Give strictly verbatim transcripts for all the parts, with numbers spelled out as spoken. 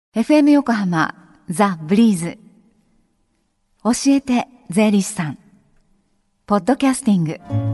エフエム 横浜ザ・ブリーズ教えて税理士さんポッドキャスティング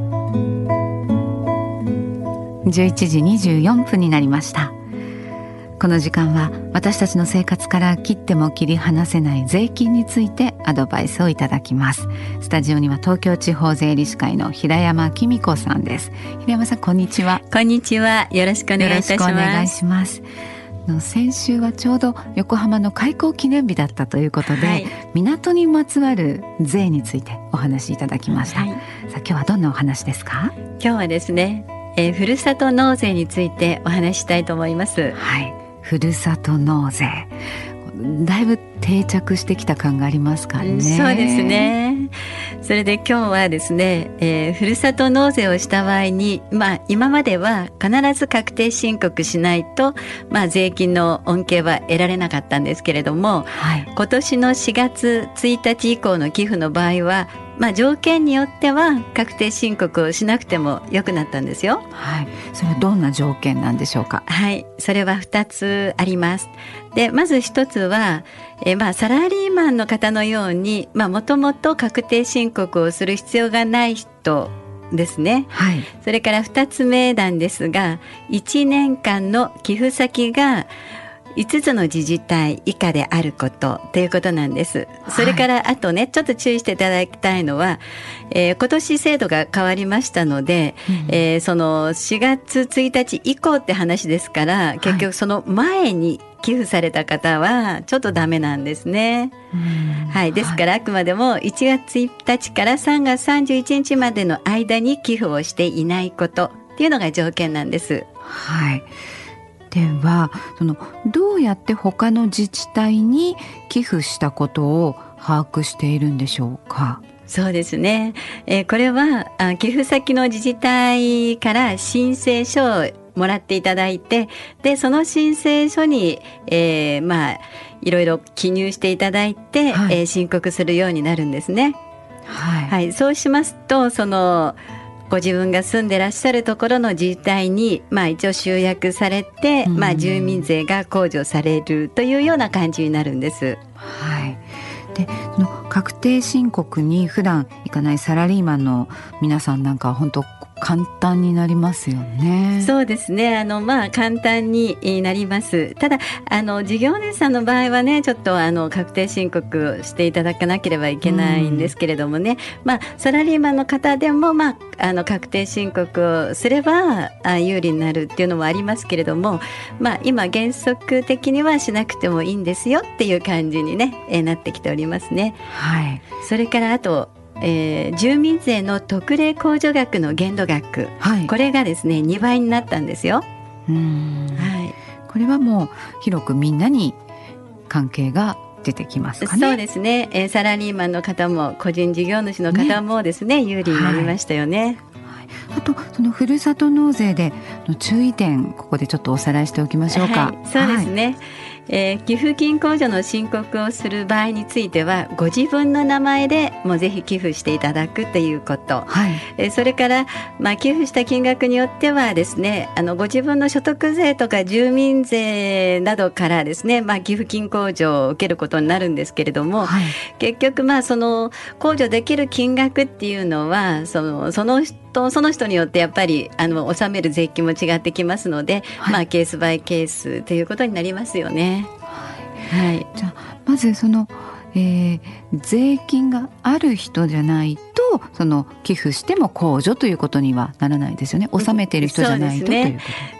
じゅういちじにじゅうよんぷんになりました。この時間は私たちの生活から切っても切り離せない税金についてアドバイスをいただきます。スタジオには東京地方税理士会の平山紀美子さんです。平山さん、こんにちは。 こんにちは。よろしくお願いいたします。 よろしくお願いします。の先週はちょうど横浜の開港記念日だったということで、はい、港にまつわる税についてお話しいただきました、はい、さあ今日はどんなお話ですか？ 今日はですね、えー、ふるさと納税についてお話ししたいと思います。 はい、ふるさと納税だいぶ定着してきた感がありますからね。 そうですね。それで今日はですね、えー、ふるさと納税をした場合に、まあ、今までは必ず確定申告しないと、まあ、税金の恩恵は得られなかったんですけれども、はい、今年のしがつついたち以降の寄付の場合は、まあ、条件によっては確定申告をしなくてもよくなったんですよ。 はい、それはどんな条件なんでしょうか？ はい、それはふたつあります。でまずひとつは、えまあ、サラリーマンの方のようにもともと確定申告をする必要がない人ですね、はい、それからふたつめなんですが、いちねんかんの寄付先がいつつの自治体以下であることということなんです。それからあとね、ちょっと注意していただきたいのは、えー、今年制度が変わりましたので、うんえー、そのしがつついたち以降って話ですから、結局その前に寄付された方はちょっとダメなんですね。うんはい、ですからあくまでもいちがつついたちからさんがつさんじゅういちにちまでの間に寄付をしていないことっていうのが条件なんです。 はい、ではそのどうやって他の自治体に寄付したことを把握しているんでしょうか？ そうですね、えー、これはあ寄付先の自治体から申請書をもらっていただいて、でその申請書に、えー、まあいろいろ記入していただいて、はいえー、申告するようになるんですね。はいはい、そうしますと、そのご自分が住んでらっしゃるところの自治体に、まあ、一応集約されて、まあ、住民税が控除されるというような感じになるんです。 はい、でその確定申告に普段行かないサラリーマンの皆さんなんかは本当簡単になりますよね。 そうですね、あの、まあ、簡単になります。ただあの事業主さんの場合はね、ちょっとあの確定申告していただかなければいけないんですけれどもね、まあ、サラリーマンの方でも、まあ、あの確定申告をすればあ有利になるっていうのもありますけれども、まあ、今原則的にはしなくてもいいんですよっていう感じに、ねえー、なってきておりますね。はい、それからあとえー、住民税の特例控除額の限度額、はい、これがですねにばいになったんですよ。 うーん、はい、これはもう広くみんなに関係が出てきますかね。 そうですね、えー、サラリーマンの方も個人事業主の方もですね、ね有利になりましたよね。はい、 あとそのふるさと納税での注意点、ここでちょっとおさらいしておきましょうか。 はい、そうですね、はいえー、寄付金控除の申告をする場合については、ご自分の名前でもうぜひ寄付していただくということ、はいえー、それから、まあ、寄付した金額によってはですね、あのご自分の所得税とか住民税などからですね、まあ、寄付金控除を受けることになるんですけれども、はい、結局、まあ、その控除できる金額っていうのはその、その人その人によってやっぱりあの納める税金も違ってきますので、はいまあ、ケースバイケースということになりますよね。 はいはい、じゃあまずその、えー、税金がある人じゃないとその寄付しても控除ということにはならないですよね。納めている人じゃないと、ね、ということ。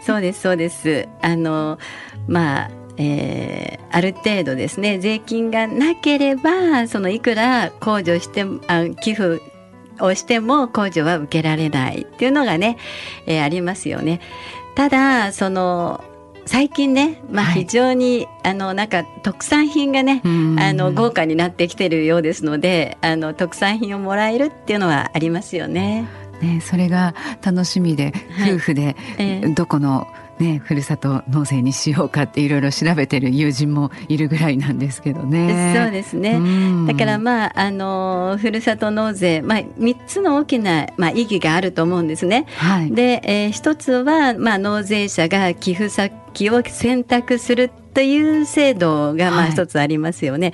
そうですそうです。あのまあえー、ある程度ですね、税金がなければそのいくら控除してあ寄付をしても控除は受けられないっていうのがね、えー、ありますよね。ただその最近ね、まあ、非常に、はい、あのなんか特産品がねあの豪華になってきているようですので、あの特産品をもらえるっていうのはありますよね。 ね、それが楽しみで、はい、夫婦で、えー、どこのね、ふるさと納税にしようかっていろいろ調べてる友人もいるぐらいなんですけどね。 そうですね、うん、だからまああのふるさと納税、まあ、みっつの大きな、まあ、意義があると思うんですね。はい、で、えー、ひとつは、まあ、納税者が寄付先期を選択するという制度がまあ一つありますよね。はい、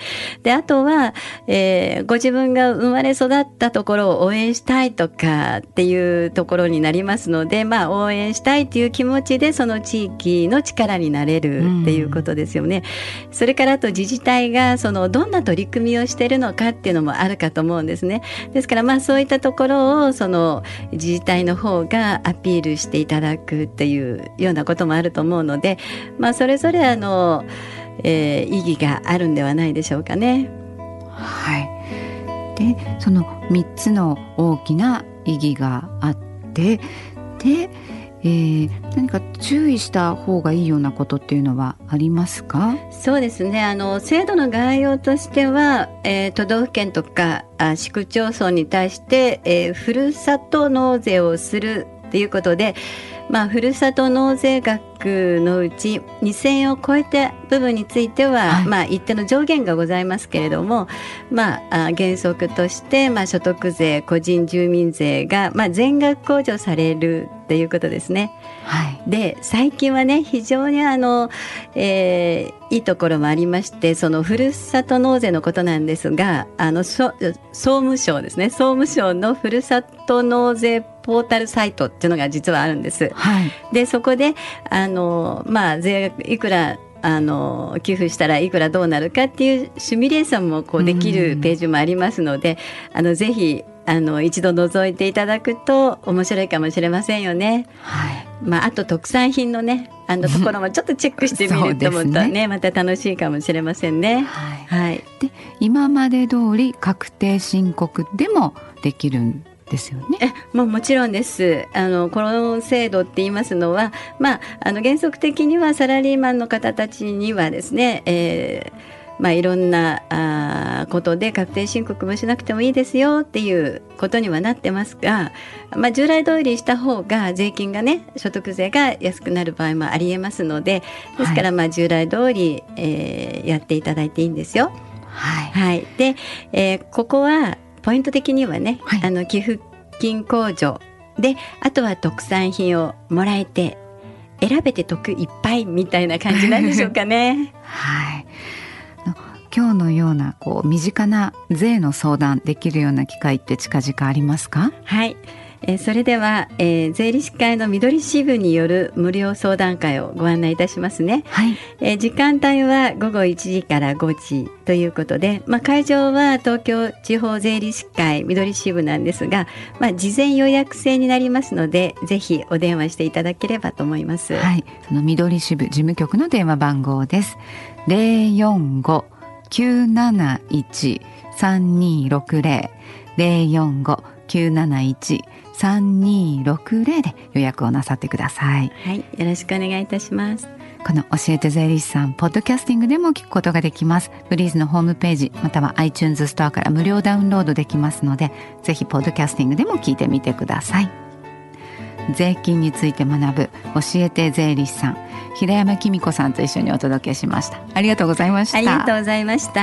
であとは、えー、ご自分が生まれ育ったところを応援したいとかっていうところになりますので、まあ、応援したいという気持ちでその地域の力になれるっていうことですよね。うん、それからあと自治体がそのどんな取り組みをしているのかっていうのもあるかと思うんですね。ですからまあそういったところをその自治体の方がアピールしていただくっていうようなこともあると思うので、まあ、それぞれあのえー、意義があるんではないでしょうかね。 はい。でそのみっつの大きな意義があってで、えー、何か注意した方がいいようなことっていうのはありますか？ そうですね、あの制度の概要としては、えー、都道府県とかあ市区町村に対して、えー、ふるさと納税をするということで、まあ、ふるさと納税額のうちにせんえんを超えた部分については、はい、まあ、一定の上限がございますけれども、まあ、原則として、まあ、所得税、個人住民税が、まあ、全額控除されるということですね。はい、で最近はね非常にあの、えー、いいところもありまして、そのふるさと納税のことなんですが、あのそ総務省ですね、総務省のふるさと納税ポータルサイトっていうのが実はあるんです。はい、でそこであの、まあ、税額いくらあの寄付したらいくらどうなるかっていうシミュレーションもこうできるページもありますので、あのぜひあの一度覗いていただくと面白いかもしれませんよね。はい、まあ、あと特産品のねあのところもちょっとチェックしてみると思ったら ね, ねまた楽しいかもしれませんね。はいはい、 で今まで通り確定申告でもできるんですよね。 えもうもちろんです。あのこの制度って言いますのは、まあ、あの原則的にはサラリーマンの方たちにはですね、えーまあ、いろんなあことで確定申告もしなくてもいいですよっていうことにはなってますが、まあ、従来通りした方が税金がね所得税が安くなる場合もありえますので、ですからまあ従来通り、えー、やっていただいていいんですよ。はいはい、で、えー、ここはポイント的にはね、はい、あの寄付金控除で、あとは特産品をもらえて選べて得いっぱいみたいな感じなんでしょうかね。はい、 今日のようなこう身近な税の相談できるような機会って近々ありますか？ はい、えー、それでは、えー、税理士会の緑支部による無料相談会をご案内いたしますね。はい、えー、時間帯はごごいちじからごじということで、まあ、会場は東京地方税理士会緑支部なんですが、まあ、事前予約制になりますのでぜひお電話していただければと思います。 はい、その緑支部事務局の電話番号です。ゼロよんご きゅうなないち さんにろくゼロ ゼロよんご きゅうなないち さんにろくゼロ で予約をなさってください。 はい、よろしくお願いいたします。 この教えて税理士さんポッドキャスティングでも聞くことができます。ブリーズのホームページまたは iTunes ストアから無料ダウンロードできますので、ぜひポッドキャスティングでも聞いてみてください。税金について学ぶ教えて税理士さん、平山紀美子さんと一緒にお届けしました。ありがとうございました。 ありがとうございました。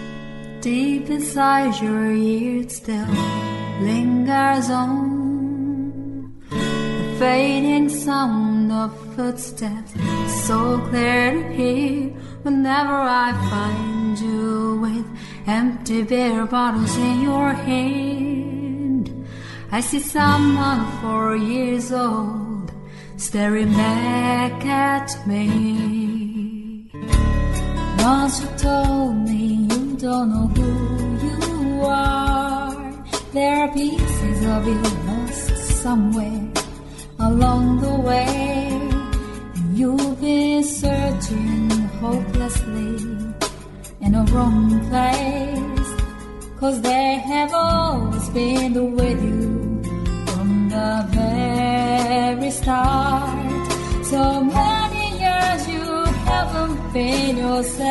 Deep inside your ears still lingers on the fading sound of footsteps, so clear to hear whenever I find you with empty beer bottles in your hand. I see someone four years old staring back at me. Once you told me you don't know who you are. There are pieces of you lost somewhere along the way, and you've been searching hopelessly in a wrong place, 'cause they have always been with you from the very start. So many years you haven't been yourself.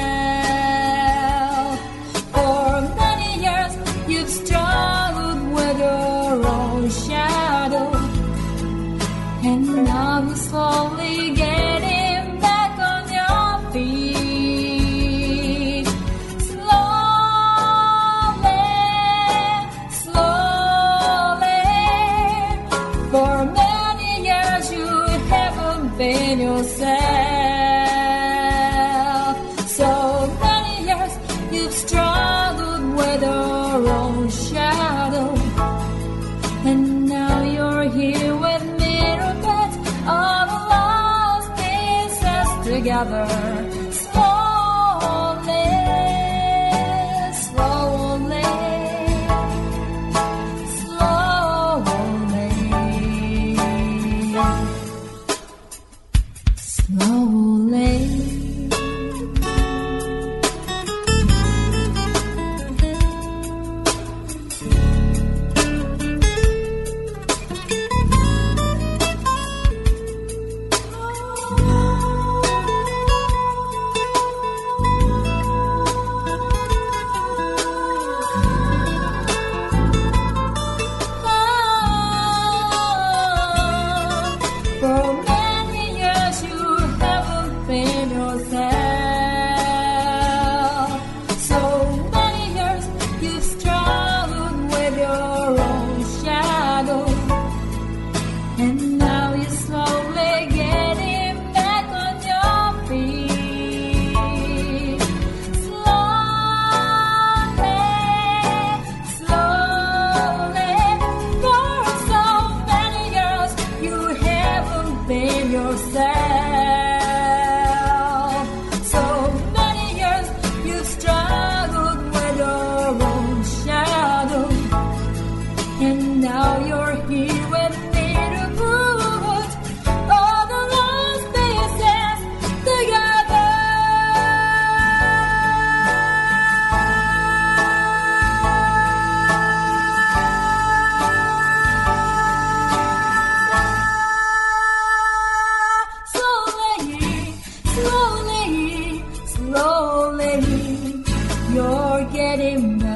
For many years you've struggled with your own shadow, and now you're slowly getting back on your feet. Slowly, slowly. For many years you haven't been yourself. together. Slowly, slowly, slowly, slowly. For many years you haven't been yourself. So many years you've struggled with your own shadow. And now you're slowly getting back on your feet. Slowly, slowly. For so many years you haven't been yourself. So many years you've struggled with your own shadow. And now you're here with me to put all the lost pieces together. Slowly, slowly, slowly, you're getting